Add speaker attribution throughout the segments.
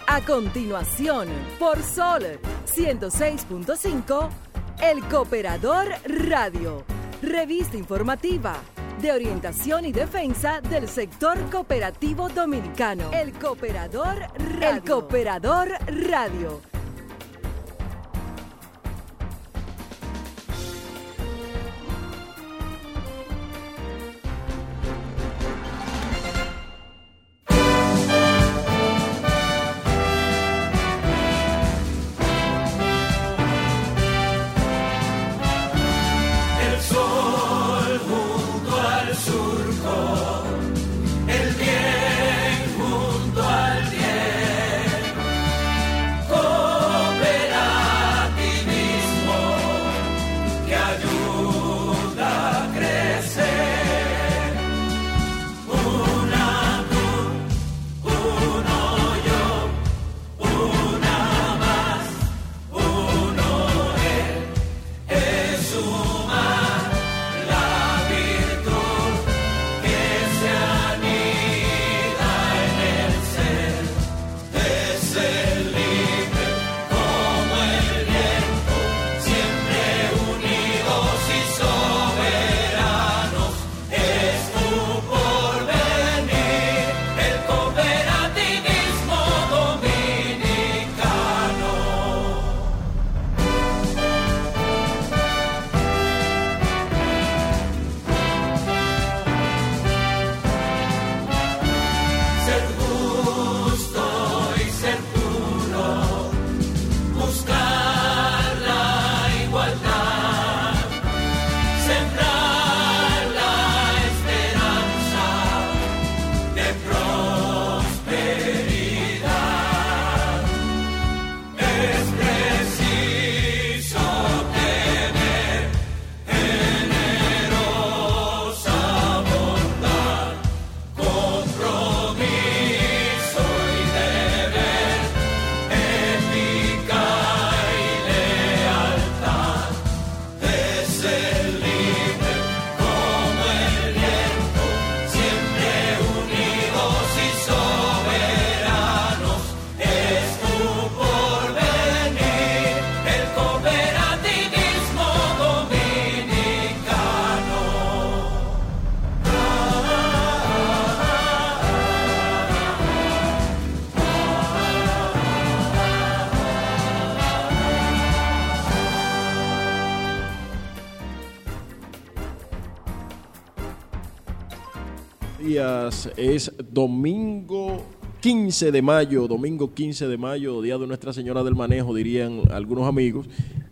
Speaker 1: A continuación, por Sol 106.5, El Cooperador Radio, revista informativa de orientación y defensa del sector cooperativo dominicano. El Cooperador Radio. El Cooperador Radio.
Speaker 2: Es domingo 15 de mayo, día de Nuestra Señora del Manejo, dirían algunos amigos,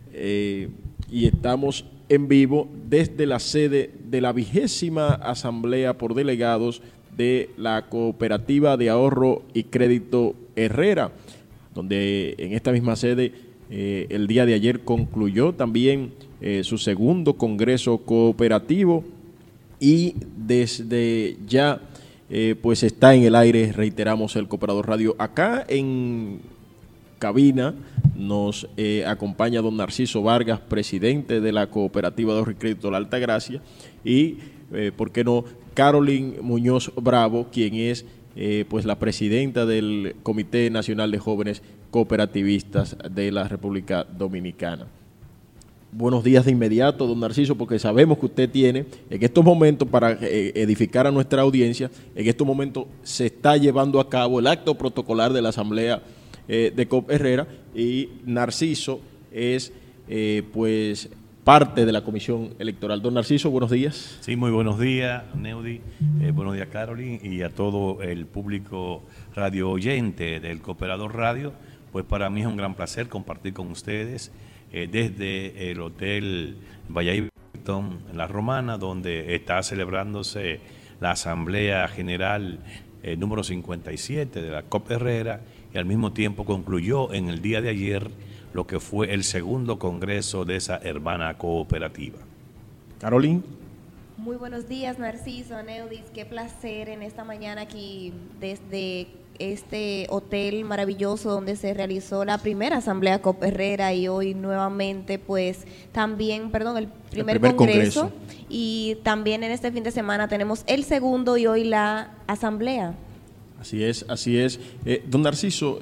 Speaker 2: y estamos en vivo desde la sede de la 20ª Asamblea por Delegados de la Cooperativa de Ahorro y Crédito Herrera, donde en esta misma sede el día de ayer concluyó también su segundo Congreso Cooperativo, y desde ya pues está en el aire, reiteramos, el Cooperador Radio. Acá en cabina nos acompaña don Narciso Vargas, presidente de la Cooperativa de Ahorro y Crédito La Altagracia, y ¿por qué no?, Carolyn Muñoz Bravo, quien es pues la presidenta del Comité Nacional de Jóvenes Cooperativistas de la República Dominicana. Buenos días de inmediato, don Narciso, porque sabemos que usted tiene en estos momentos, para edificar a nuestra audiencia, en estos momentos se está llevando a cabo el acto protocolar de la Asamblea de COP Herrera, y Narciso es pues parte de la Comisión Electoral. Don Narciso, buenos días.
Speaker 3: Sí, muy buenos días, Neudi, buenos días, Carolyn, y a todo el público radio oyente del Cooperador Radio. Pues para mí es un gran placer compartir con ustedes desde el Hotel Valladolid, La Romana, donde está celebrándose la Asamblea General número 57 de la COP Herrera, y al mismo tiempo concluyó en el día de ayer lo que fue el segundo congreso de esa hermana cooperativa.
Speaker 2: Carolyn.
Speaker 4: Muy buenos días, Narciso, Neudis, qué placer en esta mañana aquí desde este hotel maravilloso donde se realizó la primera Asamblea COP Herrera, y hoy nuevamente pues también, el primer congreso, y también en este fin de semana tenemos el segundo y hoy la Asamblea.
Speaker 2: Así es, así es. Don Narciso,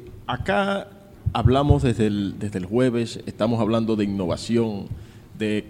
Speaker 2: acá hablamos desde el jueves, estamos hablando de innovación, de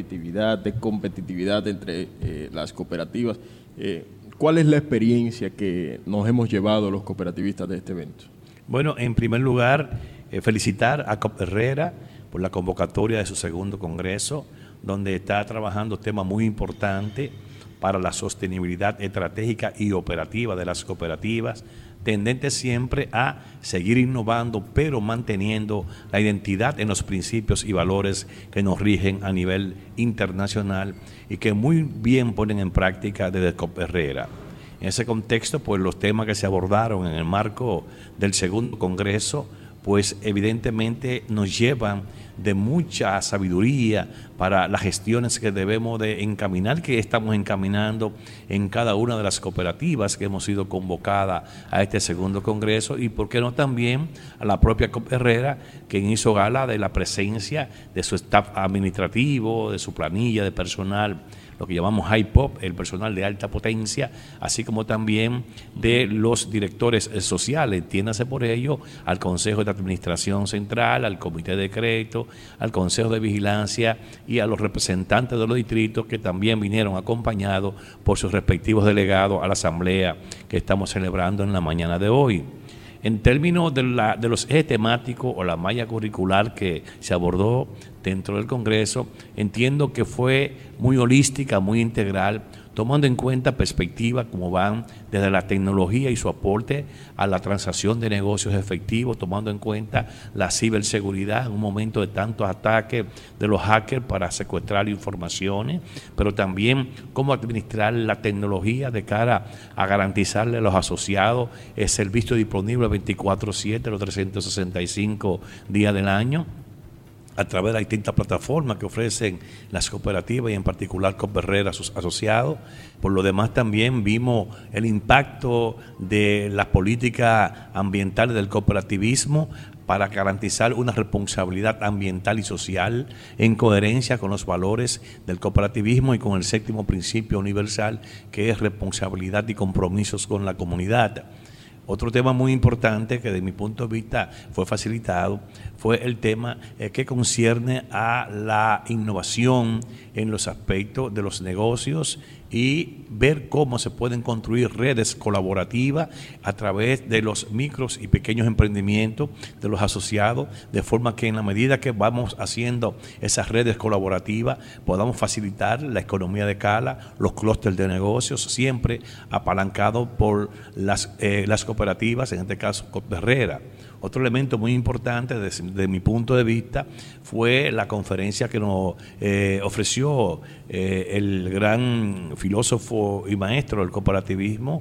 Speaker 2: competitividad entre las cooperativas. ¿Cuál es la experiencia que nos hemos llevado los cooperativistas de este evento?
Speaker 3: Bueno, en primer lugar, felicitar a COP Herrera por la convocatoria de su segundo congreso, donde está trabajando temas muy importantes para la sostenibilidad estratégica y operativa de las cooperativas, tendente siempre a seguir innovando, pero manteniendo la identidad en los principios y valores que nos rigen a nivel internacional y que muy bien ponen en práctica desde COP Herrera. En ese contexto, pues los temas que se abordaron en el marco del segundo congreso, pues evidentemente nos llevan de mucha sabiduría para las gestiones que debemos de encaminar, que estamos encaminando en cada una de las cooperativas que hemos sido convocadas a este segundo congreso, y por qué no también a la propia COP Herrera, quien hizo gala de la presencia de su staff administrativo, de su planilla de personal, lo que llamamos high pop, el personal de alta potencia, así como también de los directores sociales, entiéndase por ello al Consejo de Administración Central, al Comité de Crédito, al Consejo de Vigilancia y a los representantes de los distritos que también vinieron acompañados por sus respectivos delegados a la asamblea que estamos celebrando en la mañana de hoy. En términos de los ejes temáticos o la malla curricular que se abordó dentro del Congreso, entiendo que fue muy holística, muy integral, tomando en cuenta perspectivas como van desde la tecnología y su aporte a la transacción de negocios efectivos, tomando en cuenta la ciberseguridad en un momento de tantos ataques de los hackers para secuestrar informaciones, pero también cómo administrar la tecnología de cara a garantizarle a los asociados el servicio disponible 24/7, los 365 días del año, a través de las distintas plataformas que ofrecen las cooperativas y en particular COP Herrera a sus asociados. Por lo demás también vimos el impacto de las políticas ambientales del cooperativismo para garantizar una responsabilidad ambiental y social en coherencia con los valores del cooperativismo y con el séptimo principio universal, que es responsabilidad y compromisos con la comunidad. Otro tema muy importante que de mi punto de vista fue facilitado fue el tema que concierne a la innovación en los aspectos de los negocios y ver cómo se pueden construir redes colaborativas a través de los micros y pequeños emprendimientos de los asociados, de forma que en la medida que vamos haciendo esas redes colaborativas podamos facilitar la economía de escala, los clústeres de negocios, siempre apalancados por las cooperativas, en este caso COP Herrera. Otro elemento muy importante desde mi punto de vista fue la conferencia que nos ofreció el gran filósofo y maestro del cooperativismo,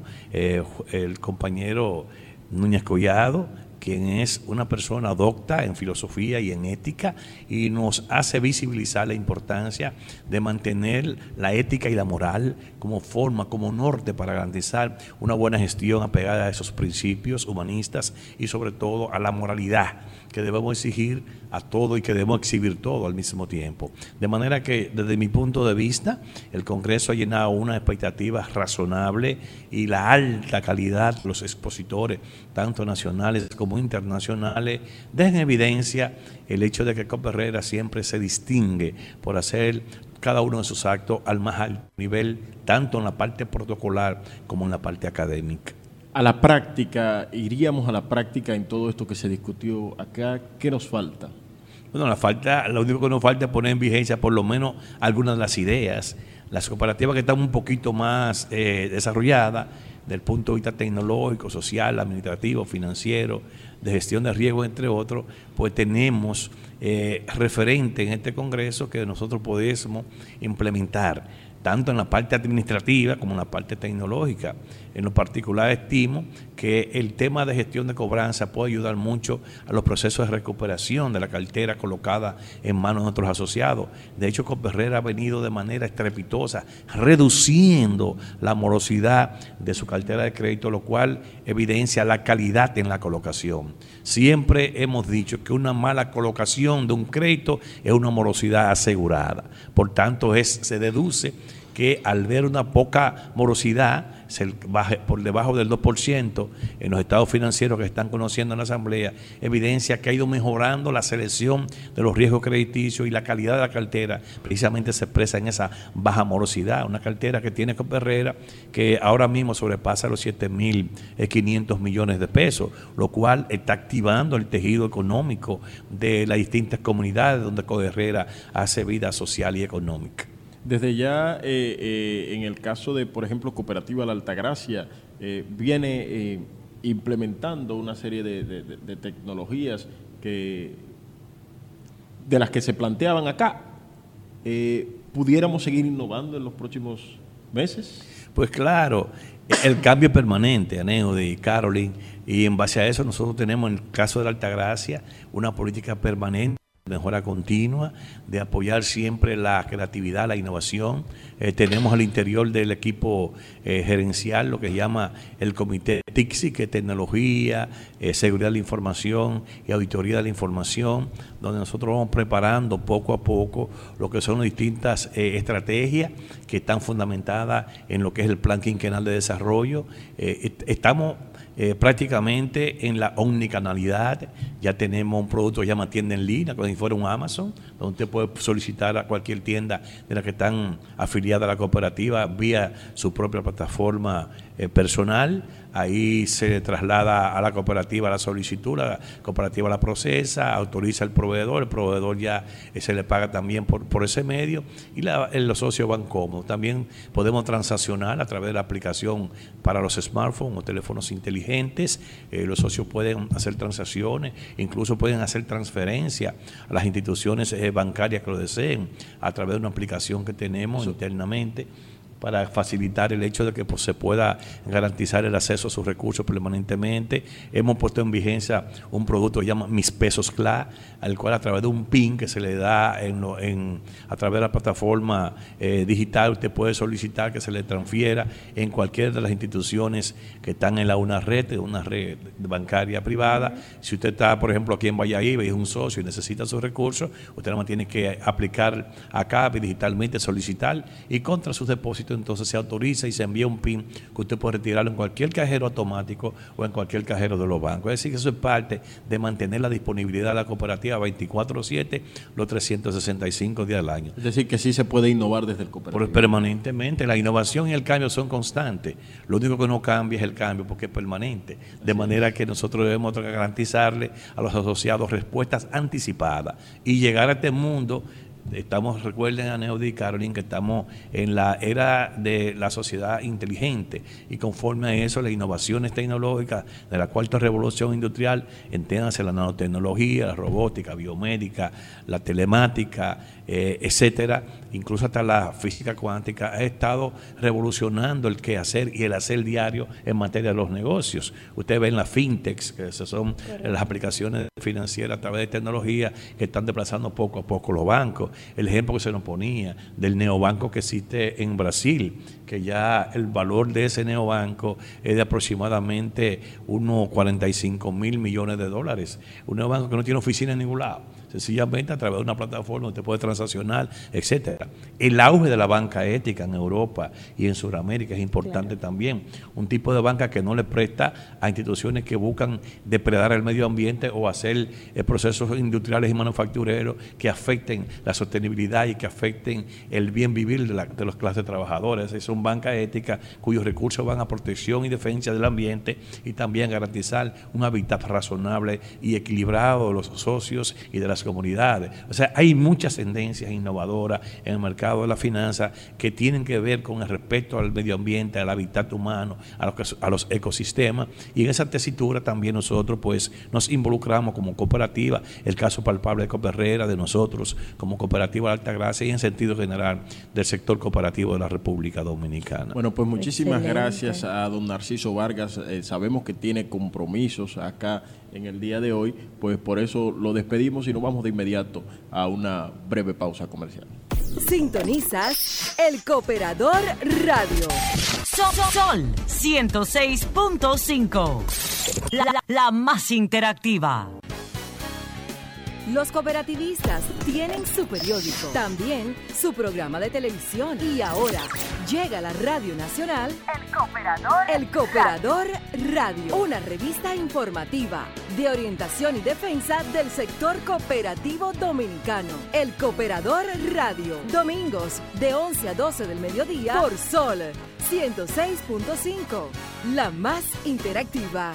Speaker 3: el compañero Núñez Collado, quien es una persona docta en filosofía y en ética, y nos hace visibilizar la importancia de mantener la ética y la moral como forma, como norte para garantizar una buena gestión apegada a esos principios humanistas y sobre todo a la moralidad que debemos exigir a todo y que debemos exhibir todo al mismo tiempo. De manera que desde mi punto de vista el Congreso ha llenado una expectativa razonable y la alta calidad de los expositores, tanto nacionales como internacionales, dejan en evidencia el hecho de que COP Herrera siempre se distingue por hacer cada uno de sus actos al más alto nivel, tanto en la parte protocolar como en la parte académica.
Speaker 2: A la práctica, iríamos a la práctica en todo esto que se discutió acá. ¿Qué nos falta?
Speaker 3: Bueno, lo único que nos falta es poner en vigencia por lo menos algunas de las ideas. Las cooperativas que están un poquito más desarrolladas desde el punto de vista tecnológico, social, administrativo, financiero, de gestión de riesgo, entre otros, pues tenemos referentes en este Congreso que nosotros podemos implementar tanto en la parte administrativa como en la parte tecnológica. En lo particular estimo que el tema de gestión de cobranza puede ayudar mucho a los procesos de recuperación de la cartera colocada en manos de nuestros asociados. De hecho, COP Herrera ha venido de manera estrepitosa reduciendo la morosidad de su cartera de crédito, lo cual evidencia la calidad en la colocación. Siempre hemos dicho que una mala colocación de un crédito es una morosidad asegurada. Por tanto, se deduce que al ver una poca morosidad, por debajo del 2% en los estados financieros que están conociendo en la Asamblea, evidencia que ha ido mejorando la selección de los riesgos crediticios y la calidad de la cartera precisamente se expresa en esa baja morosidad, una cartera que tiene Coperrera que ahora mismo sobrepasa los 7.500 millones de pesos, lo cual está activando el tejido económico de las distintas comunidades donde Coperrera hace vida social y económica.
Speaker 2: Desde ya, en el caso de, por ejemplo, Cooperativa La Altagracia, viene implementando una serie de tecnologías de las que se planteaban acá. ¿Pudiéramos seguir innovando en los próximos meses?
Speaker 3: Pues claro, el cambio permanente, Aneudi y Carolyn, y en base a eso nosotros tenemos en el caso de La Altagracia una política permanente, mejora continua, de apoyar siempre la creatividad, la innovación. Tenemos al interior del equipo gerencial lo que se llama el comité TICSI, que es tecnología, seguridad de la información y auditoría de la información, donde nosotros vamos preparando poco a poco lo que son distintas estrategias que están fundamentadas en lo que es el plan quinquenal de desarrollo. Estamos prácticamente en la omnicanalidad. Ya tenemos un producto que se llama tienda en línea, como si fuera un Amazon, donde usted puede solicitar a cualquier tienda de las que están afiliadas a la cooperativa vía su propia plataforma personal. Ahí se traslada a la cooperativa la solicitud, la cooperativa la procesa, autoriza al proveedor, el proveedor ya se le paga también por ese medio y los socios van cómodos. También podemos transaccionar a través de la aplicación para los smartphones o teléfonos inteligentes. Los socios pueden hacer transacciones, incluso pueden hacer transferencias a las instituciones bancarias que lo deseen a través de una aplicación que tenemos internamente, para facilitar el hecho de que se pueda garantizar el acceso a sus recursos permanentemente. Hemos puesto en vigencia un producto que se llama Mis Pesos CLA, al cual a través de un PIN que se le da a través de la plataforma digital, usted puede solicitar que se le transfiera en cualquiera de las instituciones que están en una red bancaria privada. Si usted está, por ejemplo, aquí en Valladolid y es un socio y necesita sus recursos, usted nada más tiene que aplicar acá digitalmente, solicitar, y contra sus depósitos entonces se autoriza y se envía un PIN que usted puede retirarlo en cualquier cajero automático o en cualquier cajero de los bancos. Es decir, que eso es parte de mantener la disponibilidad de la cooperativa 24/7, los 365 días al año.
Speaker 2: Es decir, que sí se puede innovar desde el cooperativo.
Speaker 3: Permanentemente. La innovación y el cambio son constantes. Lo único que no cambia es el cambio, porque es permanente. De manera que nosotros debemos garantizarle a los asociados respuestas anticipadas y llegar a este mundo. Recuerden, Aneudi y Carolyn, que estamos en la era de la sociedad inteligente, y conforme a eso las innovaciones tecnológicas de la cuarta revolución industrial, entiéndase la nanotecnología, la robótica, biomédica, la telemática, etcétera, incluso hasta la física cuántica, ha estado revolucionando el quehacer y el hacer diario en materia de los negocios. Ustedes ven las fintechs, que esas son las aplicaciones financieras a través de tecnología que están desplazando poco a poco los bancos. El ejemplo que se nos ponía del neobanco que existe en Brasil, que ya el valor de ese neobanco es de aproximadamente unos 45.000 millones de dólares. Un neobanco que no tiene oficina en ningún lado, sencillamente a través de una plataforma donde puede transaccionar, etcétera. El auge de la banca ética en Europa y en Sudamérica es importante también. Un tipo de banca que no le presta a instituciones que buscan depredar el medio ambiente o hacer procesos industriales y manufactureros que afecten la sostenibilidad y que afecten el bien vivir de las clases trabajadoras. Son bancas éticas cuyos recursos van a protección y defensa del ambiente y también garantizar un hábitat razonable y equilibrado de los socios y de las comunidades. O sea, hay muchas tendencias innovadoras en el mercado de la finanza que tienen que ver con el respeto al medio ambiente, al hábitat humano, a los ecosistemas, y en esa tesitura también nosotros pues nos involucramos como cooperativa, el caso palpable de Coperrera, de nosotros como cooperativa de Altagracia y en sentido general del sector cooperativo de la República Dominicana.
Speaker 2: Bueno, pues muchísimas gracias a don Narciso Vargas. Sabemos que tiene compromisos acá en el día de hoy, pues por eso lo despedimos y nos vamos de inmediato a una breve pausa comercial.
Speaker 1: Sintonizas El Cooperador Radio.
Speaker 5: Sol 106.5. La más interactiva.
Speaker 1: Los cooperativistas tienen su periódico, también su programa de televisión y ahora llega a la Radio Nacional El Cooperador Radio, una revista informativa de orientación y defensa del sector cooperativo dominicano. El Cooperador Radio, domingos de 11 a 12 del mediodía por Sol 106.5, la más interactiva.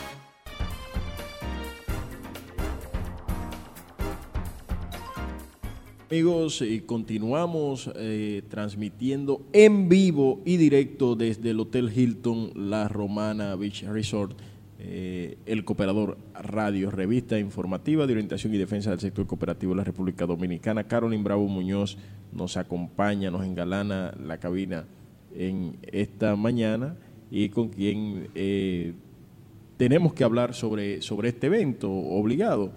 Speaker 2: Amigos, y continuamos transmitiendo en vivo y directo desde el Hotel Hilton La Romana Beach Resort, El Cooperador Radio, revista informativa de orientación y defensa del sector cooperativo de la República Dominicana. Carolyn Bravo Muñoz nos acompaña, nos engalana la cabina en esta mañana y con quien tenemos que hablar sobre este evento obligado.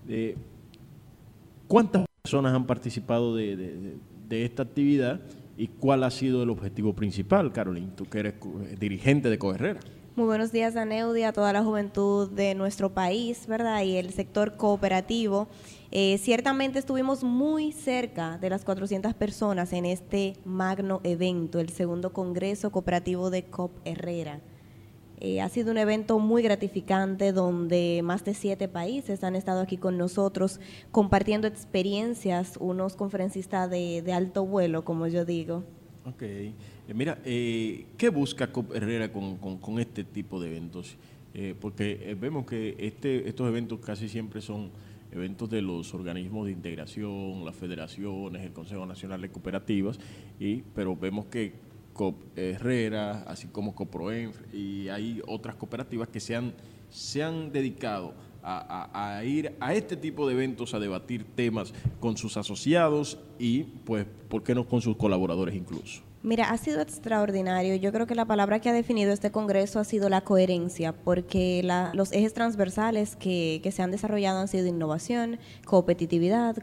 Speaker 2: ¿Cuántas personas han participado de esta actividad y cuál ha sido el objetivo principal, Carolyn, tú que eres dirigente de Coherrera?
Speaker 4: Muy buenos días, a Neudi, a toda la juventud de nuestro país, ¿verdad? Y el sector cooperativo. Ciertamente estuvimos muy cerca de las 400 personas en este magno evento, el segundo Congreso Cooperativo de Coherrera. Ha sido un evento muy gratificante donde más de 7 países han estado aquí con nosotros compartiendo experiencias, unos conferencistas de alto vuelo, como yo digo.
Speaker 2: Ok. Mira, ¿qué busca Coherrera con este tipo de eventos? Porque vemos que estos eventos casi siempre son eventos de los organismos de integración, las federaciones, el Consejo Nacional de Cooperativas, pero vemos que Coherrera, así como Coproenf, y hay otras cooperativas que se han dedicado a ir a este tipo de eventos a debatir temas con sus asociados y, pues, ¿por qué no con sus colaboradores incluso?
Speaker 4: Mira, ha sido extraordinario. Yo creo que la palabra que ha definido este congreso ha sido la coherencia, porque los ejes transversales que se han desarrollado han sido innovación, competitividad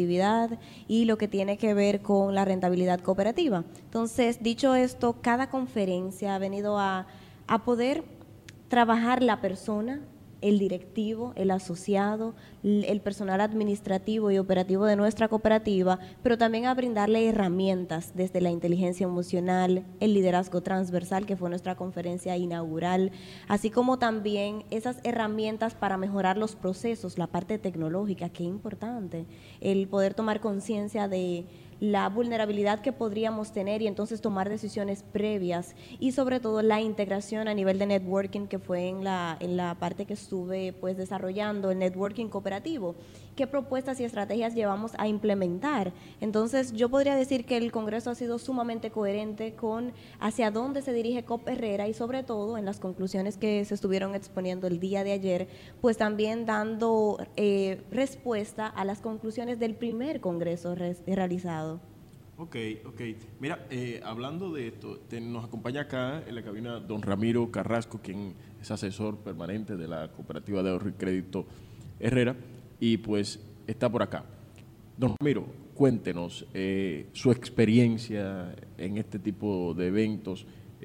Speaker 4: y lo que tiene que ver con la rentabilidad cooperativa. Entonces, dicho esto, cada conferencia ha venido a poder trabajar la persona, el directivo, el asociado, el personal administrativo y operativo de nuestra cooperativa, pero también a brindarle herramientas desde la inteligencia emocional, el liderazgo transversal, que fue nuestra conferencia inaugural, así como también esas herramientas para mejorar los procesos, la parte tecnológica, que es importante, el poder tomar conciencia de la vulnerabilidad que podríamos tener y entonces tomar decisiones previas y sobre todo la integración a nivel de networking, que fue en la parte que estuve pues desarrollando, el networking cooperativo. ¿Qué propuestas y estrategias llevamos a implementar? Entonces yo podría decir que el Congreso ha sido sumamente coherente con hacia dónde se dirige Coherrera y sobre todo en las conclusiones que se estuvieron exponiendo el día de ayer, pues también dando respuesta a las conclusiones del primer Congreso realizado.
Speaker 2: Ok. Mira, hablando de esto, nos acompaña acá en la cabina don Ramiro Carrasco, quien es asesor permanente de la Cooperativa de Ahorro y Crédito Herrera, y pues está por acá. Don Ramiro, cuéntenos su experiencia en este tipo de eventos.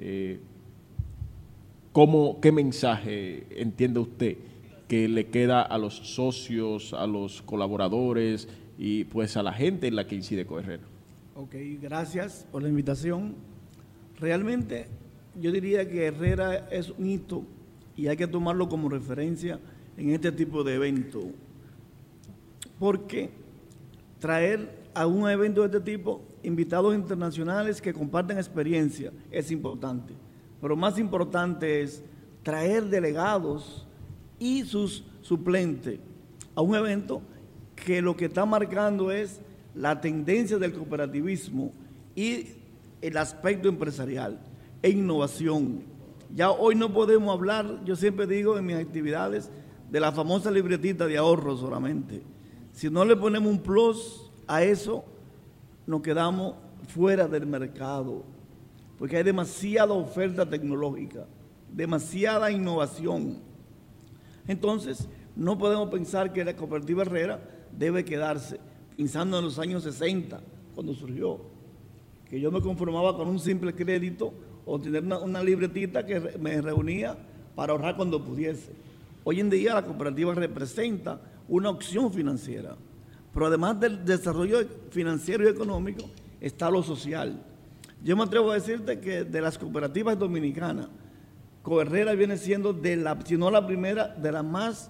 Speaker 2: ¿Qué mensaje entiende usted que le queda a los socios, a los colaboradores y pues a la gente en la que incide Coherrera?
Speaker 5: Ok, gracias por la invitación. Realmente yo diría que Herrera es un hito y hay que tomarlo como referencia en este tipo de evento, porque traer a un evento de este tipo invitados internacionales que comparten experiencia es importante, pero más importante es traer delegados y sus suplentes a un evento que lo que está marcando es la tendencia del cooperativismo y el aspecto empresarial e innovación. Ya hoy no podemos hablar, yo siempre digo en mis actividades, de la famosa libretita de ahorro solamente. Si no le ponemos un plus a eso, nos quedamos fuera del mercado, porque hay demasiada oferta tecnológica, demasiada innovación. Entonces, no podemos pensar que la Cooperativa Herrera debe quedarse pensando en los años 60, cuando surgió, que yo me conformaba con un simple crédito o tener una libretita que me reunía para ahorrar cuando pudiese. Hoy en día la cooperativa representa una opción financiera. Pero además del desarrollo financiero y económico, está lo social. Yo me atrevo a decirte que de las cooperativas dominicanas, Coherrera viene siendo, si no la primera, de la más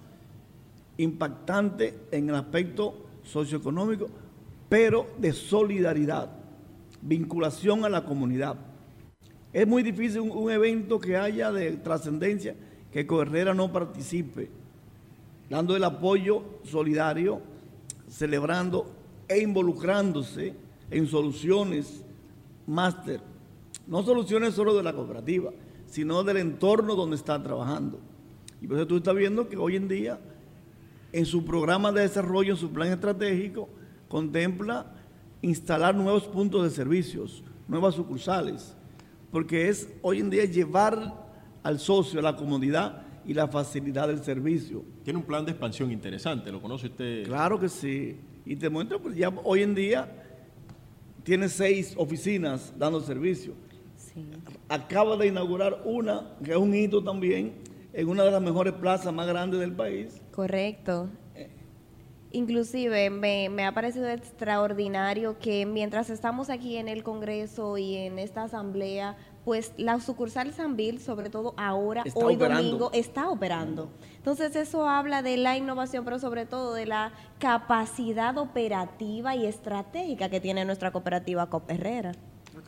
Speaker 5: impactante en el aspecto socioeconómico, pero de solidaridad, vinculación a la comunidad. Es muy difícil un evento que haya de trascendencia que Coherrera no participe, dando el apoyo solidario, celebrando e involucrándose en soluciones máster, no soluciones solo de la cooperativa, sino del entorno donde está trabajando. Y por eso tú estás viendo que hoy en día, en su programa de desarrollo, en su plan estratégico, contempla instalar nuevos puntos de servicios, nuevas sucursales, porque es hoy en día llevar al socio la comodidad y la facilidad del servicio.
Speaker 2: Tiene un plan de expansión interesante, ¿lo conoce usted?
Speaker 5: Claro que sí, y te muestro, pues ya hoy en día tiene 6 oficinas dando servicio.
Speaker 4: Sí.
Speaker 5: Acaba de inaugurar una, que es un hito también, en una de las mejores plazas más grandes del país.
Speaker 4: Correcto. Inclusive me ha parecido extraordinario que mientras estamos aquí en el Congreso y en esta asamblea, pues la sucursal Sanvil, sobre todo ahora,
Speaker 5: Está
Speaker 4: hoy
Speaker 5: operando.
Speaker 4: domingo, está operando. Entonces eso habla de la innovación, pero sobre todo de la capacidad operativa y estratégica que tiene nuestra cooperativa Coperrera.
Speaker 2: Ok.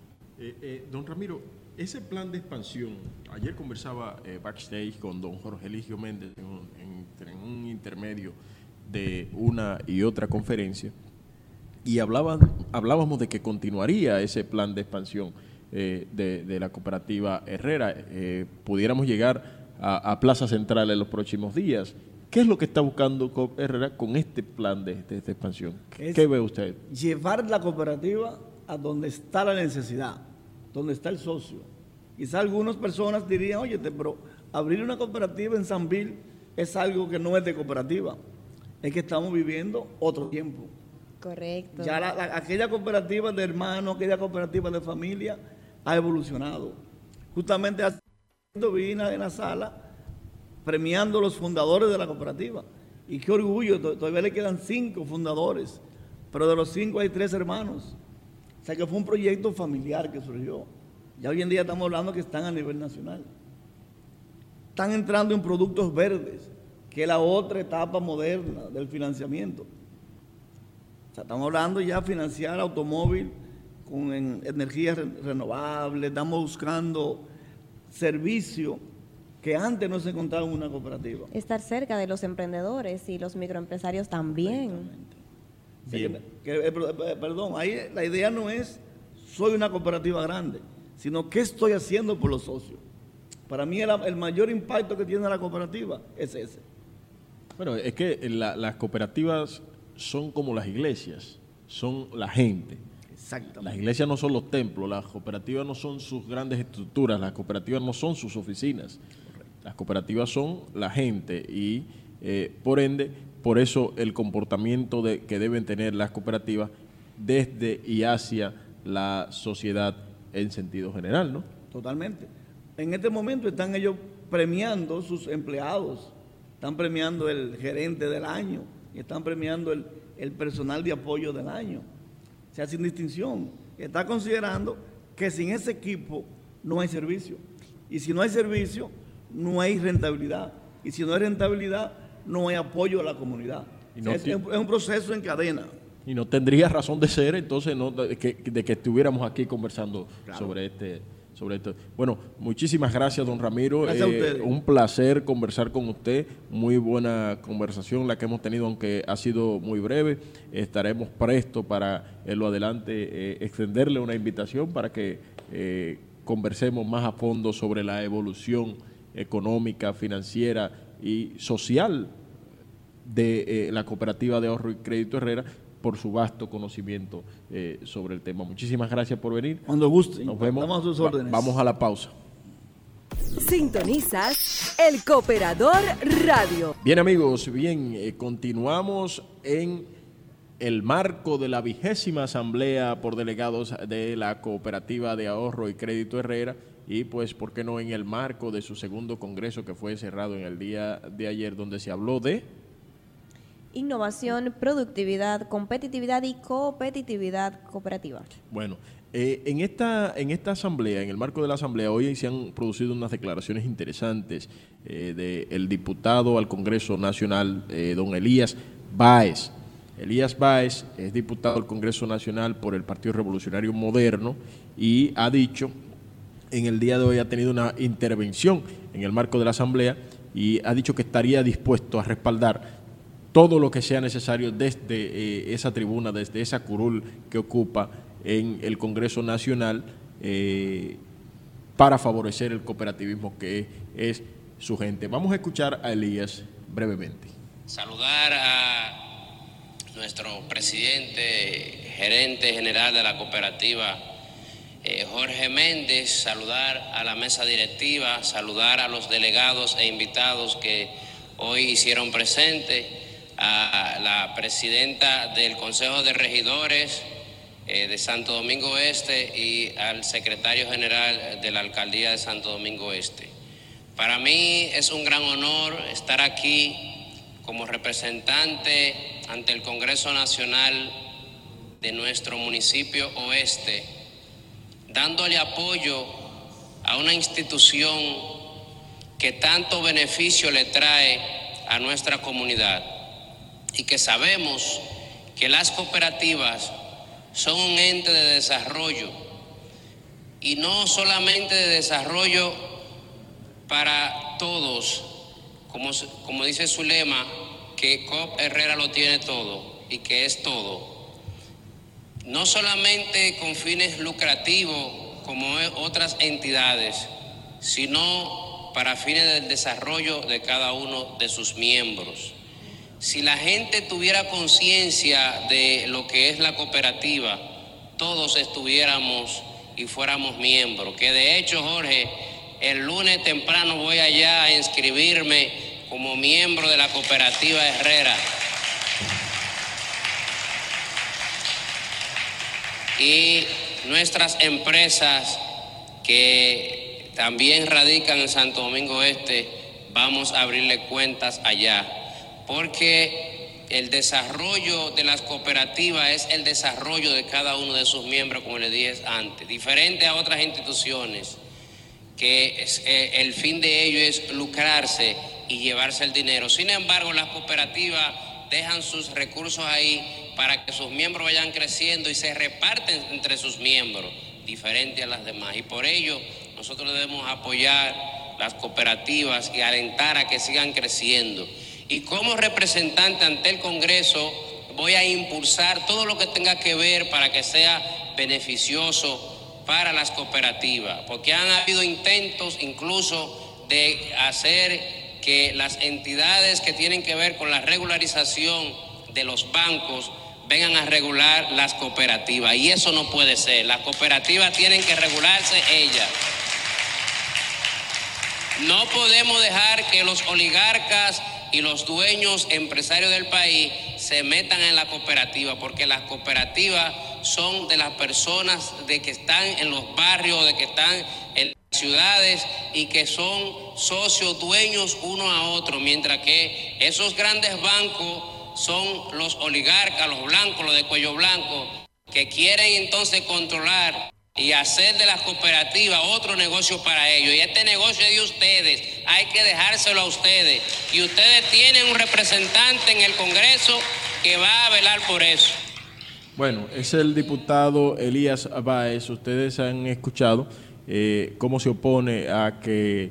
Speaker 2: Don Ramiro, ese plan de expansión, ayer conversaba backstage con don Jorge Eligio Méndez en un intermedio de una y otra conferencia, y hablábamos de que continuaría ese plan de expansión de la cooperativa Herrera. Pudiéramos llegar a Plaza Central en los próximos días. ¿Qué es lo que está buscando Herrera con este plan de expansión? ¿Qué ve usted?
Speaker 5: Llevar la cooperativa a donde está la necesidad, donde está el socio. Quizá algunas personas dirían, oye, pero abrir una cooperativa en Sanvil es algo que no es de cooperativa. Es que estamos viviendo otro tiempo.
Speaker 4: Correcto.
Speaker 5: Ya aquella cooperativa de hermanos, aquella cooperativa de familia ha evolucionado. Justamente hace poco vi en la sala premiando a los fundadores de la cooperativa. Y qué orgullo, todavía le quedan 5 fundadores, pero de los 5 hay 3 hermanos. O sea que fue un proyecto familiar que surgió. Ya hoy en día estamos hablando que están a nivel nacional. Están entrando en productos verdes, que es la otra etapa moderna del financiamiento. O sea, estamos hablando ya de financiar automóvil con energías renovables, estamos buscando servicios que antes no se encontraban en una cooperativa.
Speaker 4: Estar cerca de los emprendedores y los microempresarios también.
Speaker 2: Bien.
Speaker 5: Perdón, ahí la idea no es soy una cooperativa grande, sino qué estoy haciendo por los socios. Para mí el mayor impacto que tiene la cooperativa es ese.
Speaker 2: Bueno, es que las cooperativas son como las iglesias, son la gente.
Speaker 5: Exactamente.
Speaker 2: Las iglesias no son los templos, las cooperativas no son sus grandes estructuras, las cooperativas no son sus oficinas. Las cooperativas son la gente y por ende, por eso el comportamiento que deben tener las cooperativas desde y hacia la sociedad en sentido general, ¿no?
Speaker 5: Totalmente. En este momento están ellos premiando sus empleados, están premiando el gerente del año y están premiando el personal de apoyo del año. O sea, sin distinción. Está considerando que sin ese equipo no hay servicio. Y si no hay servicio, no hay rentabilidad. Y si no hay rentabilidad, no hay apoyo a la comunidad.
Speaker 2: Y no
Speaker 5: es un proceso en cadena.
Speaker 2: Y no tendría razón de ser entonces de que estuviéramos aquí conversando sobre esto. Bueno, muchísimas gracias, don Ramiro.
Speaker 5: Gracias a ustedes.
Speaker 2: Un placer conversar con usted. Muy buena conversación la que hemos tenido, aunque ha sido muy breve. Estaremos prestos para en lo adelante extenderle una invitación para que conversemos más a fondo sobre la evolución económica, financiera y social de la Cooperativa de Ahorro y Crédito Herrera, por su vasto conocimiento sobre el tema. Muchísimas gracias por venir.
Speaker 5: Cuando guste.
Speaker 2: Nos vemos.
Speaker 5: Estamos a sus órdenes.
Speaker 2: Vamos a la pausa.
Speaker 1: Sintonizas El Cooperador Radio.
Speaker 2: Bien, amigos, continuamos en el marco de la 20ª Asamblea por Delegados de la Cooperativa de Ahorro y Crédito Herrera y, pues, ¿por qué no en el marco de su segundo congreso que fue cerrado en el día de ayer, donde se habló de
Speaker 4: innovación, productividad, competitividad y competitividad cooperativa.
Speaker 2: Bueno, en esta asamblea, en el marco de la asamblea, hoy se han producido unas declaraciones interesantes del diputado al Congreso Nacional, don Elías Báez. Elías Báez es diputado al Congreso Nacional por el Partido Revolucionario Moderno y ha dicho, en el día de hoy ha tenido una intervención en el marco de la asamblea y ha dicho que estaría dispuesto a respaldar todo lo que sea necesario desde esa tribuna, desde esa curul que ocupa en el Congreso Nacional para favorecer el cooperativismo que es su gente. Vamos a escuchar a Elías brevemente.
Speaker 6: Saludar a nuestro presidente, gerente general de la cooperativa, Jorge Méndez, saludar a la mesa directiva, saludar a los delegados e invitados que hoy hicieron presente, a la presidenta del Consejo de Regidores de Santo Domingo Este y al secretario general de la Alcaldía de Santo Domingo Este. Para mí es un gran honor estar aquí como representante ante el Congreso Nacional de nuestro municipio oeste, dándole apoyo a una institución que tanto beneficio le trae a nuestra comunidad y que sabemos que las cooperativas son un ente de desarrollo y no solamente de desarrollo para todos, como dice su lema, que COP Herrera lo tiene todo y que es todo. No solamente con fines lucrativos como otras entidades, sino para fines del desarrollo de cada uno de sus miembros. Si la gente tuviera conciencia de lo que es la cooperativa, todos estuviéramos y fuéramos miembros. Que de hecho, Jorge, el lunes temprano voy allá a inscribirme como miembro de la cooperativa Herrera. Y nuestras empresas que también radican en Santo Domingo Este, vamos a abrirle cuentas allá, porque el desarrollo de las cooperativas es el desarrollo de cada uno de sus miembros, como les dije antes, diferente a otras instituciones que el fin de ello es lucrarse y llevarse el dinero. Sin embargo, las cooperativas dejan sus recursos ahí para que sus miembros vayan creciendo y se reparten entre sus miembros, diferente a las demás. Y por ello, nosotros debemos apoyar las cooperativas y alentar a que sigan creciendo. Y como representante ante el Congreso, voy a impulsar todo lo que tenga que ver para que sea beneficioso para las cooperativas, porque han habido intentos incluso de hacer que las entidades que tienen que ver con la regularización de los bancos vengan a regular las cooperativas, y eso no puede ser. Las cooperativas tienen que regularse ellas. No podemos dejar que los oligarcas y los dueños empresarios del país se metan en la cooperativa, porque las cooperativas son de las personas de que están en los barrios, de que están en las ciudades y que son socios, dueños uno a otro, mientras que esos grandes bancos son los oligarcas, los blancos, los de cuello blanco, que quieren entonces controlar y hacer de las cooperativas otro negocio para ellos. Y este negocio es de ustedes, hay que dejárselo a ustedes. Y ustedes tienen un representante en el Congreso que va a velar por eso.
Speaker 2: Bueno, es el diputado Elías Báez. Ustedes han escuchado cómo se opone a que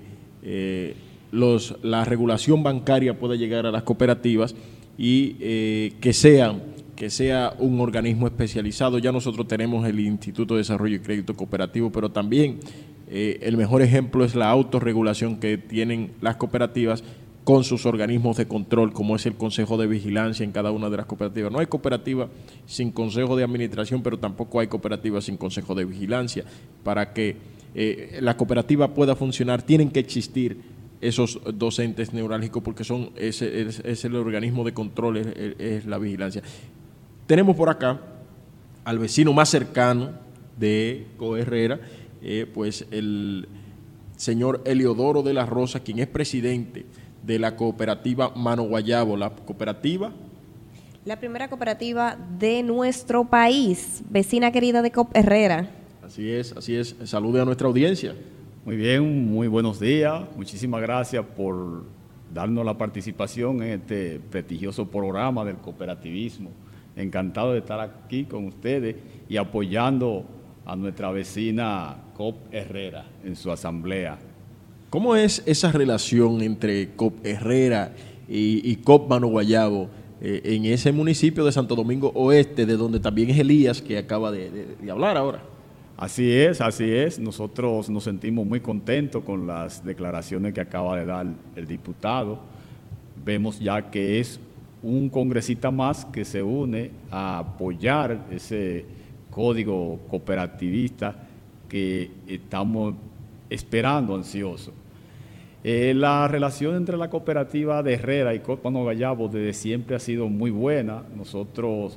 Speaker 2: la regulación bancaria pueda llegar a las cooperativas y que sea un organismo especializado. Ya nosotros tenemos el Instituto de Desarrollo y Crédito Cooperativo, pero también el mejor ejemplo es la autorregulación que tienen las cooperativas con sus organismos de control, como es el Consejo de Vigilancia en cada una de las cooperativas. No hay cooperativa sin Consejo de Administración, pero tampoco hay cooperativa sin Consejo de Vigilancia. Para que la cooperativa pueda funcionar, tienen que existir esos dos entes neurálgicos, porque es el organismo de control, es la vigilancia. Tenemos por acá al vecino más cercano de Coherrera, pues el señor Eliodoro de la Rosa, quien es presidente de la cooperativa Mano Guayabo, la cooperativa
Speaker 4: La primera cooperativa de nuestro país, vecina querida de COP Herrera.
Speaker 2: Así es, así es. Salude a nuestra audiencia.
Speaker 7: Muy bien, muy buenos días. Muchísimas gracias por darnos la participación en este prestigioso programa del cooperativismo. Encantado de estar aquí con ustedes y apoyando a nuestra vecina COP Herrera en su asamblea.
Speaker 2: ¿Cómo es esa relación entre COP Herrera y COP Mano Guayabo en ese municipio de Santo Domingo Oeste, de donde también es Elías, que acaba de hablar ahora?
Speaker 7: Así es, así es. Nosotros nos sentimos muy contentos con las declaraciones que acaba de dar el diputado. Vemos ya que es un congresista más que se une a apoyar ese código cooperativista que estamos esperando ansioso. La relación entre la cooperativa de Herrera y COP Mano Guayabo desde siempre ha sido muy buena. Nosotros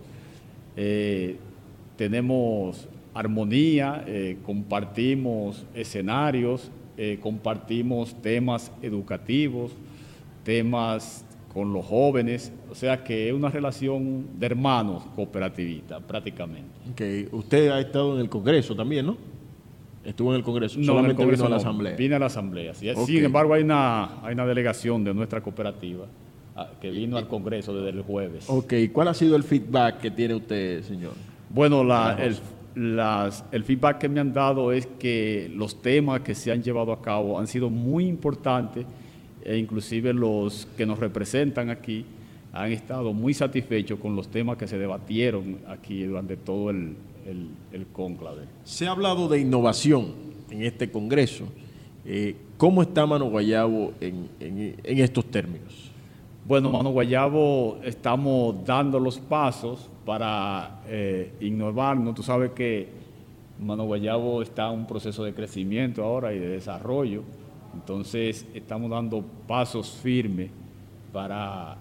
Speaker 7: tenemos armonía, compartimos escenarios, compartimos temas educativos, temas con los jóvenes, o sea que es una relación de hermanos cooperativistas prácticamente.
Speaker 2: Okay. Usted ha estado en el Congreso también, ¿no? Estuvo en el Congreso,
Speaker 7: no,
Speaker 2: solamente
Speaker 7: en el Congreso
Speaker 2: vino a la
Speaker 7: no,
Speaker 2: Asamblea.
Speaker 7: Vine a la Asamblea, sí.
Speaker 2: Okay.
Speaker 7: Sin embargo hay una delegación de nuestra cooperativa que vino al Congreso desde el jueves.
Speaker 2: Ok, ¿cuál ha sido el feedback que tiene usted, señor?
Speaker 7: Bueno, el feedback que me han dado es que los temas que se han llevado a cabo han sido muy importantes e inclusive los que nos representan aquí han estado muy satisfechos con los temas que se debatieron aquí durante todo el cónclave.
Speaker 2: Se ha hablado de innovación en este Congreso. ¿Cómo está Mano Guayabo en estos términos?
Speaker 7: Bueno, Mano Guayabo estamos dando los pasos para innovarnos. Tú sabes que Mano Guayabo está en un proceso de crecimiento ahora y de desarrollo. Entonces estamos dando pasos firmes para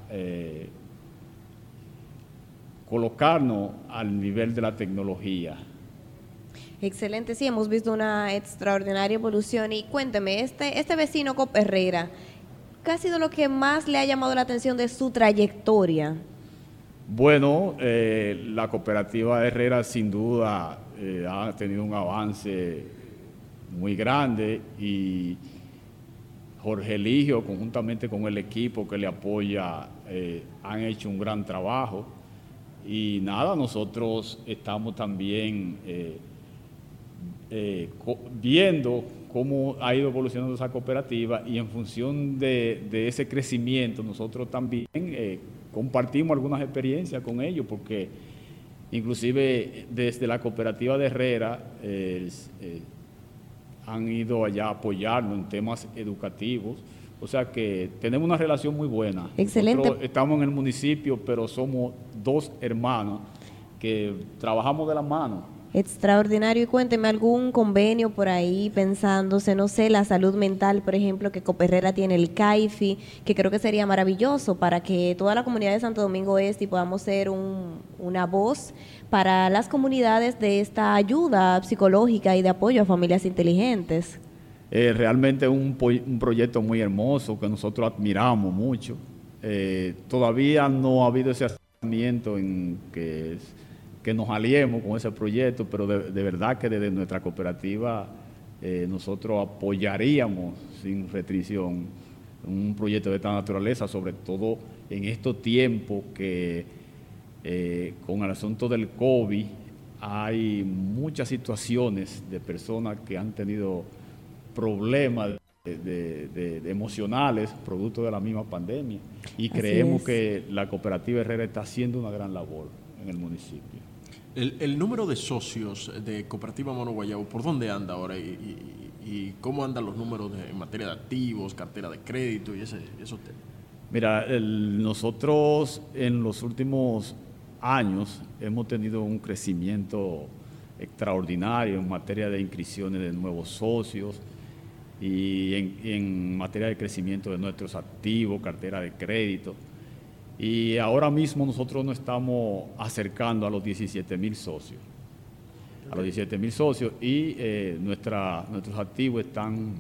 Speaker 7: colocarnos al nivel de la tecnología.
Speaker 4: Excelente, sí, hemos visto una extraordinaria evolución. Y cuénteme, este vecino COP Herrera, ¿qué ha sido lo que más le ha llamado la atención de su trayectoria?
Speaker 7: Bueno, la cooperativa Herrera sin duda ha tenido un avance muy grande y Jorge Eligio, conjuntamente con el equipo que le apoya, han hecho un gran trabajo. Y nada, nosotros estamos también viendo cómo ha ido evolucionando esa cooperativa y en función de ese crecimiento nosotros también compartimos algunas experiencias con ellos porque inclusive desde la cooperativa de Herrera han ido allá a apoyarnos en temas educativos. O sea que tenemos una relación muy buena.
Speaker 4: Excelente.
Speaker 7: Nosotros estamos en el municipio, pero somos dos hermanos que trabajamos de la mano.
Speaker 4: Extraordinario. Y cuénteme, ¿algún convenio por ahí pensándose, no sé, la salud mental, por ejemplo, que COP Herrera tiene el CAIFI, que creo que sería maravilloso para que toda la comunidad de Santo Domingo Este y podamos ser una voz para las comunidades de esta ayuda psicológica y de apoyo a familias inteligentes?
Speaker 7: Realmente es un proyecto muy hermoso que nosotros admiramos mucho. Todavía no ha habido ese acercamiento en que nos aliemos con ese proyecto, pero de verdad que desde nuestra cooperativa nosotros apoyaríamos sin restricción un proyecto de esta naturaleza, sobre todo en estos tiempos que con el asunto del COVID hay muchas situaciones de personas que han tenido problemas de emocionales producto de la misma pandemia y creemos que la cooperativa Herrera está haciendo una gran labor en el municipio.
Speaker 2: El número de socios de Cooperativa Mano Guayabo, ¿por dónde anda ahora? ¿Y cómo andan los números en materia de activos, cartera de crédito y esos temas?
Speaker 7: Mira, nosotros en los últimos años hemos tenido un crecimiento extraordinario en materia de inscripciones de nuevos socios y en materia de crecimiento de nuestros activos, cartera de crédito. Y ahora mismo nosotros nos estamos acercando a los 17,000 socios. A los 17,000 socios y nuestros activos están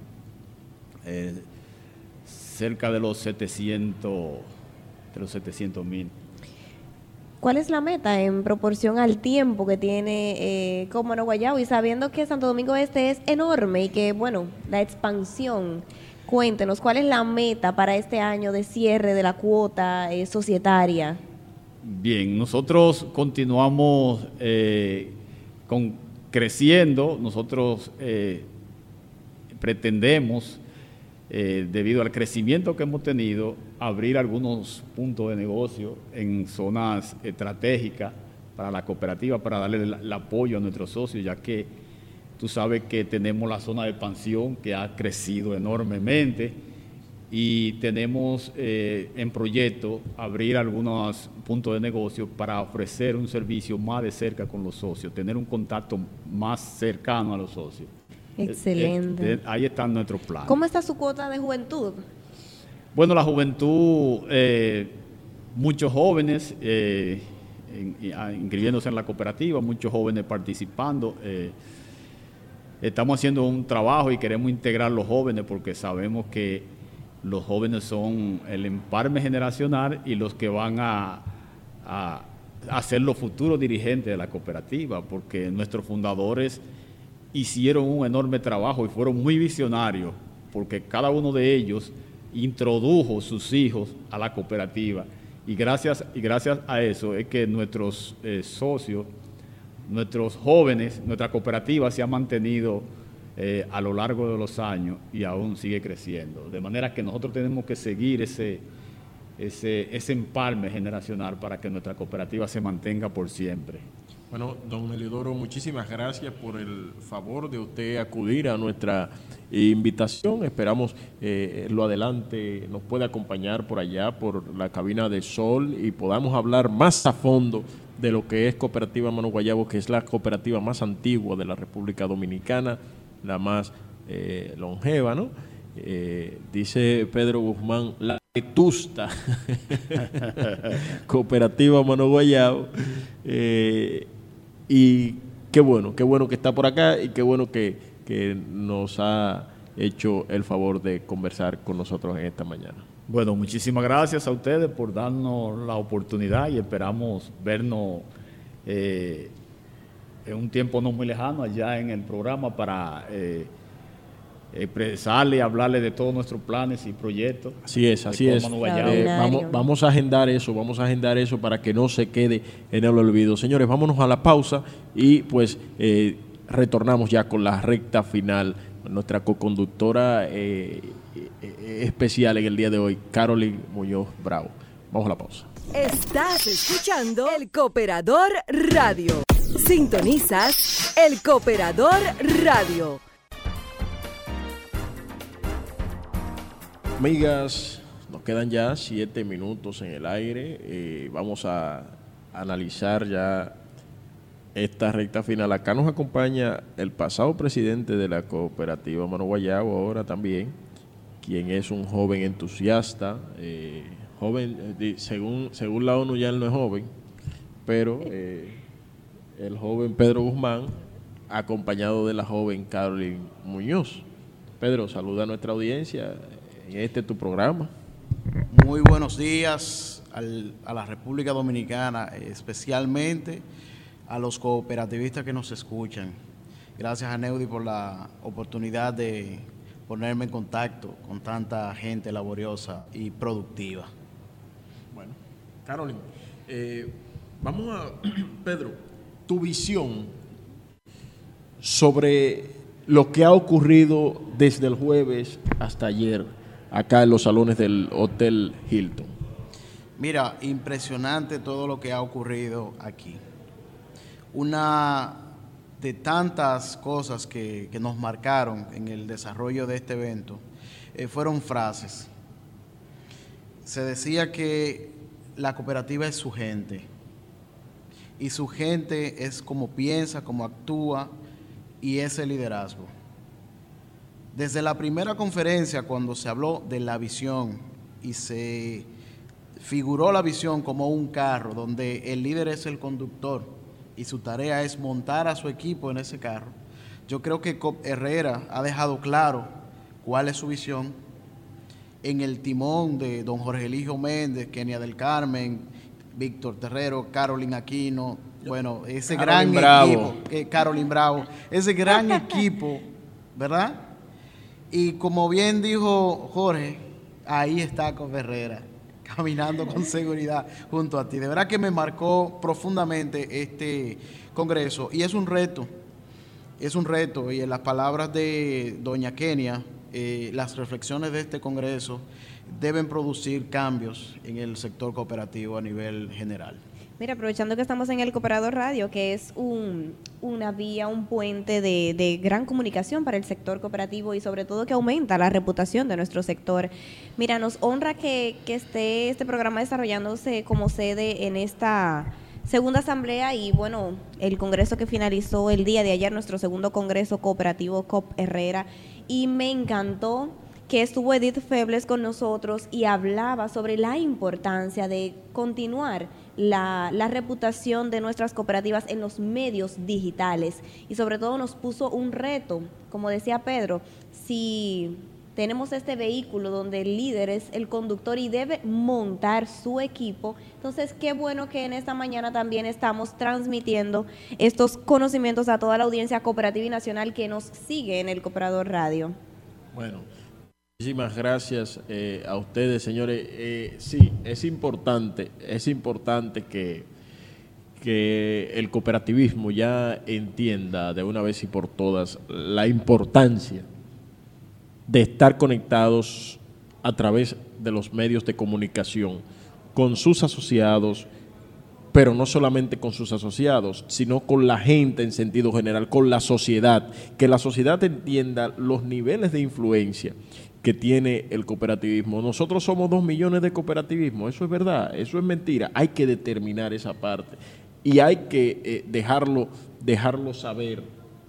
Speaker 7: cerca de los 700,000.
Speaker 4: ¿Cuál es la meta en proporción al tiempo que tiene Copa Guayabo? Y sabiendo que Santo Domingo Este es enorme y que, bueno, la expansión, cuéntenos, ¿cuál es la meta para este año de cierre de la cuota societaria?
Speaker 7: Bien, nosotros continuamos creciendo, nosotros pretendemos, debido al crecimiento que hemos tenido, abrir algunos puntos de negocio en zonas estratégicas para la cooperativa, para darle el apoyo a nuestros socios, ya que tú sabes que tenemos la zona de expansión que ha crecido enormemente y tenemos en proyecto abrir algunos puntos de negocio para ofrecer un servicio más de cerca con los socios, tener un contacto más cercano a los socios.
Speaker 4: Excelente.
Speaker 7: Ahí están nuestros planes.
Speaker 4: ¿Cómo está su cuota de juventud?
Speaker 7: Bueno, la juventud, muchos jóvenes inscribiéndose en la cooperativa, muchos jóvenes participando. Estamos haciendo un trabajo y queremos integrar los jóvenes porque sabemos que los jóvenes son el empalme generacional y los que van a ser los futuros dirigentes de la cooperativa, porque nuestros fundadores hicieron un enorme trabajo y fueron muy visionarios, porque cada uno de ellos introdujo sus hijos a la cooperativa y gracias a eso es que nuestros socios, nuestros jóvenes, nuestra cooperativa se ha mantenido a lo largo de los años y aún sigue creciendo, de manera que nosotros tenemos que seguir ese empalme generacional para que nuestra cooperativa se mantenga por siempre.
Speaker 2: Bueno, don Heliodoro, muchísimas gracias por el favor de usted acudir a nuestra invitación. Esperamos lo adelante nos pueda acompañar por allá, por la cabina de Sol, y podamos hablar más a fondo de lo que es Cooperativa Mano Guayabo, que es la cooperativa más antigua de la República Dominicana, la más longeva, ¿no? Dice Pedro Guzmán, la vetusta Cooperativa Mano Guayabo. Y qué bueno que está por acá y qué bueno que nos ha hecho el favor de conversar con nosotros en esta mañana.
Speaker 7: Bueno, muchísimas gracias a ustedes por darnos la oportunidad y esperamos vernos en un tiempo no muy lejano allá en el programa para expresarle y hablarle de todos nuestros planes y proyectos.
Speaker 2: Así es. Vamos a agendar eso para que no se quede en el olvido. Señores, vámonos a la pausa y pues retornamos ya con la recta final. Nuestra coconductora especial en el día de hoy, Carolyn Muñoz Bravo. Vamos a la pausa.
Speaker 1: Estás escuchando El Cooperador Radio. Sintonizas El Cooperador Radio.
Speaker 2: Amigas, nos quedan ya 7 minutos en el aire. Vamos a analizar ya esta recta final. Acá nos acompaña el pasado presidente de la cooperativa Mano Guayabo, ahora también, quien es un joven entusiasta, según la ONU ya él no es joven, pero el joven Pedro Guzmán, acompañado de la joven Carolyn Muñoz. Pedro, saluda a nuestra audiencia en tu programa.
Speaker 8: Muy buenos días a la República Dominicana, especialmente a los cooperativistas que nos escuchan. Gracias a Neudi por la oportunidad de ponerme en contacto con tanta gente laboriosa y productiva.
Speaker 2: Bueno, Carolyn, Pedro, tu visión sobre lo que ha ocurrido desde el jueves hasta ayer acá en los salones del Hotel Hilton.
Speaker 8: Mira, impresionante todo lo que ha ocurrido aquí. Una de tantas cosas que nos marcaron en el desarrollo de este evento fueron frases. Se decía que la cooperativa es su gente y su gente es como piensa, como actúa y ese liderazgo. Desde la primera conferencia, cuando se habló de la visión y se figuró la visión como un carro donde el líder es el conductor y su tarea es montar a su equipo en ese carro, yo creo que COP Herrera ha dejado claro cuál es su visión. En el timón de don Jorge Eligio Méndez, Kenia del Carmen, Víctor Terrero, Carolyn Aquino, bueno, ese
Speaker 2: Carolyn
Speaker 8: gran
Speaker 2: Bravo.
Speaker 8: equipo, Carolyn Bravo, ese gran equipo, ¿verdad? Y como bien dijo Jorge, ahí está Cop Herrera, caminando con seguridad junto a ti. De verdad que me marcó profundamente este congreso y es un reto, y en las palabras de doña Kenia, las reflexiones de este congreso deben producir cambios en el sector cooperativo a nivel general.
Speaker 4: Mira, aprovechando que estamos en el Cooperador Radio, que es una vía, un puente de gran comunicación para el sector cooperativo y sobre todo que aumenta la reputación de nuestro sector. Mira, nos honra que esté este programa desarrollándose como sede en esta segunda asamblea y bueno, el congreso que finalizó el día de ayer, nuestro segundo congreso cooperativo Cop Herrera, y me encantó que estuvo Edith Febles con nosotros y hablaba sobre la importancia de continuar la reputación de nuestras cooperativas en los medios digitales y sobre todo nos puso un reto, como decía Pedro, si tenemos este vehículo donde el líder es el conductor y debe montar su equipo, entonces qué bueno que en esta mañana también estamos transmitiendo estos conocimientos a toda la audiencia cooperativa y nacional que nos sigue en el Cooperador Radio.
Speaker 2: Bueno, muchísimas gracias a ustedes, señores. Sí, es importante que el cooperativismo ya entienda de una vez y por todas la importancia de estar conectados a través de los medios de comunicación con sus asociados, pero no solamente con sus asociados, sino con la gente en sentido general, con la sociedad, que la sociedad entienda los niveles de influencia que tiene el cooperativismo. Nosotros somos 2 millones de cooperativismo, eso es verdad, eso es mentira, hay que determinar esa parte y hay que dejarlo saber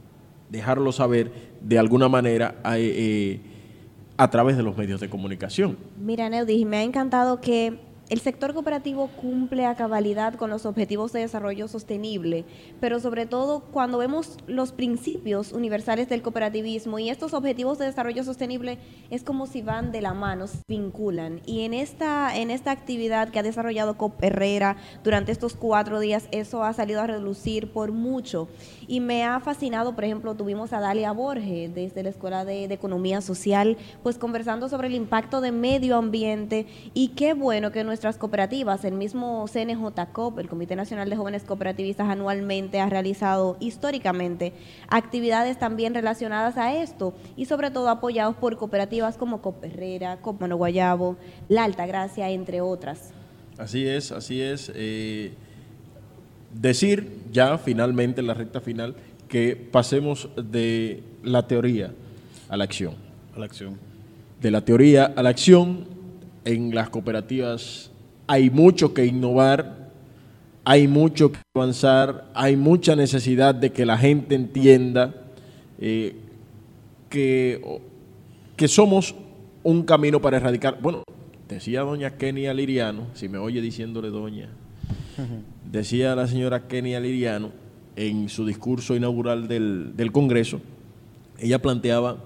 Speaker 2: de alguna manera a través de los medios de comunicación.
Speaker 4: Mira, Neudi, me ha encantado que el sector cooperativo cumple a cabalidad con los objetivos de desarrollo sostenible, pero sobre todo cuando vemos los principios universales del cooperativismo y estos objetivos de desarrollo sostenible es como si van de la mano, se vinculan. Y en esta actividad que ha desarrollado Cop Herrera durante estos 4 días, eso ha salido a relucir por mucho. Y me ha fascinado, por ejemplo, tuvimos a Dalia Borges desde la Escuela de Economía Social, pues conversando sobre el impacto de medio ambiente y qué bueno que nuestras cooperativas, el mismo CNJCOP, el Comité Nacional de Jóvenes Cooperativistas, anualmente ha realizado históricamente actividades también relacionadas a esto y sobre todo apoyados por cooperativas como Cop Herrera, Cop Mano Guayabo, La Altagracia, entre otras.
Speaker 2: Así es. Decir ya finalmente en la recta final que pasemos de la teoría a la acción. De la teoría a la acción. En las cooperativas hay mucho que innovar, hay mucho que avanzar, hay mucha necesidad de que la gente entienda que somos un camino para erradicar. Bueno, decía doña Kenia Liriano, si me oye diciéndole doña, decía la señora Kenia Liriano en su discurso inaugural del Congreso, ella planteaba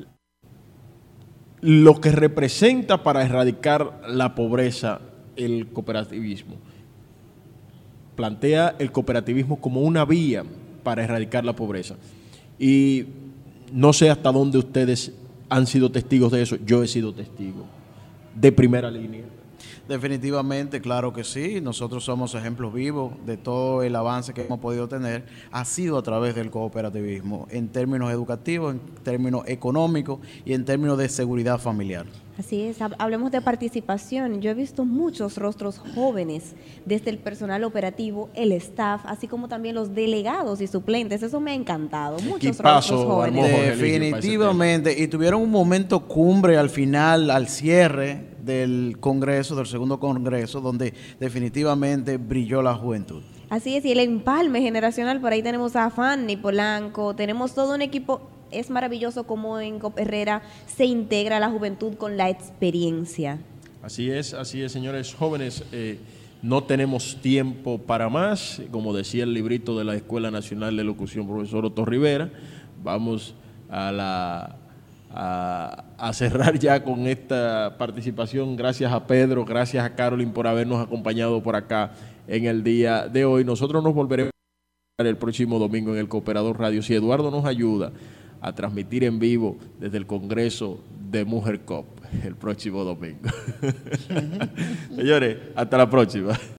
Speaker 2: lo que representa para erradicar la pobreza el cooperativismo. Plantea el cooperativismo como una vía para erradicar la pobreza. Y no sé hasta dónde ustedes han sido testigos de eso. Yo he sido testigo de primera línea.
Speaker 8: Definitivamente, claro que sí. Nosotros somos ejemplos vivos de todo el avance que hemos podido tener. Ha sido a través del cooperativismo, en términos educativos, en términos económicos y en términos de seguridad familiar.
Speaker 4: Así es, hablemos de participación. Yo he visto muchos rostros jóvenes, desde el personal operativo, el staff, así como también los delegados y suplentes. Eso me ha encantado. Muchos rostros jóvenes.
Speaker 8: Definitivamente. Y tuvieron un momento cumbre al final, al cierre del Congreso, del segundo Congreso, donde definitivamente brilló la juventud.
Speaker 4: Así es, y el empalme generacional, por ahí tenemos a Fanny Polanco, tenemos todo un equipo. Es maravilloso cómo en Cop Herrera se integra la juventud con la experiencia.
Speaker 2: Así es, señores jóvenes. No tenemos tiempo para más, como decía el librito de la Escuela Nacional de Locución, profesor Otto Rivera. Vamos a a cerrar ya con esta participación. Gracias a Pedro, gracias a Carolyn por habernos acompañado por acá en el día de hoy. Nosotros nos volveremos el próximo domingo en el Cooperador Radio. Si Eduardo nos ayuda a transmitir en vivo desde el Congreso de Mujer Cop el próximo domingo. Señores, hasta la próxima.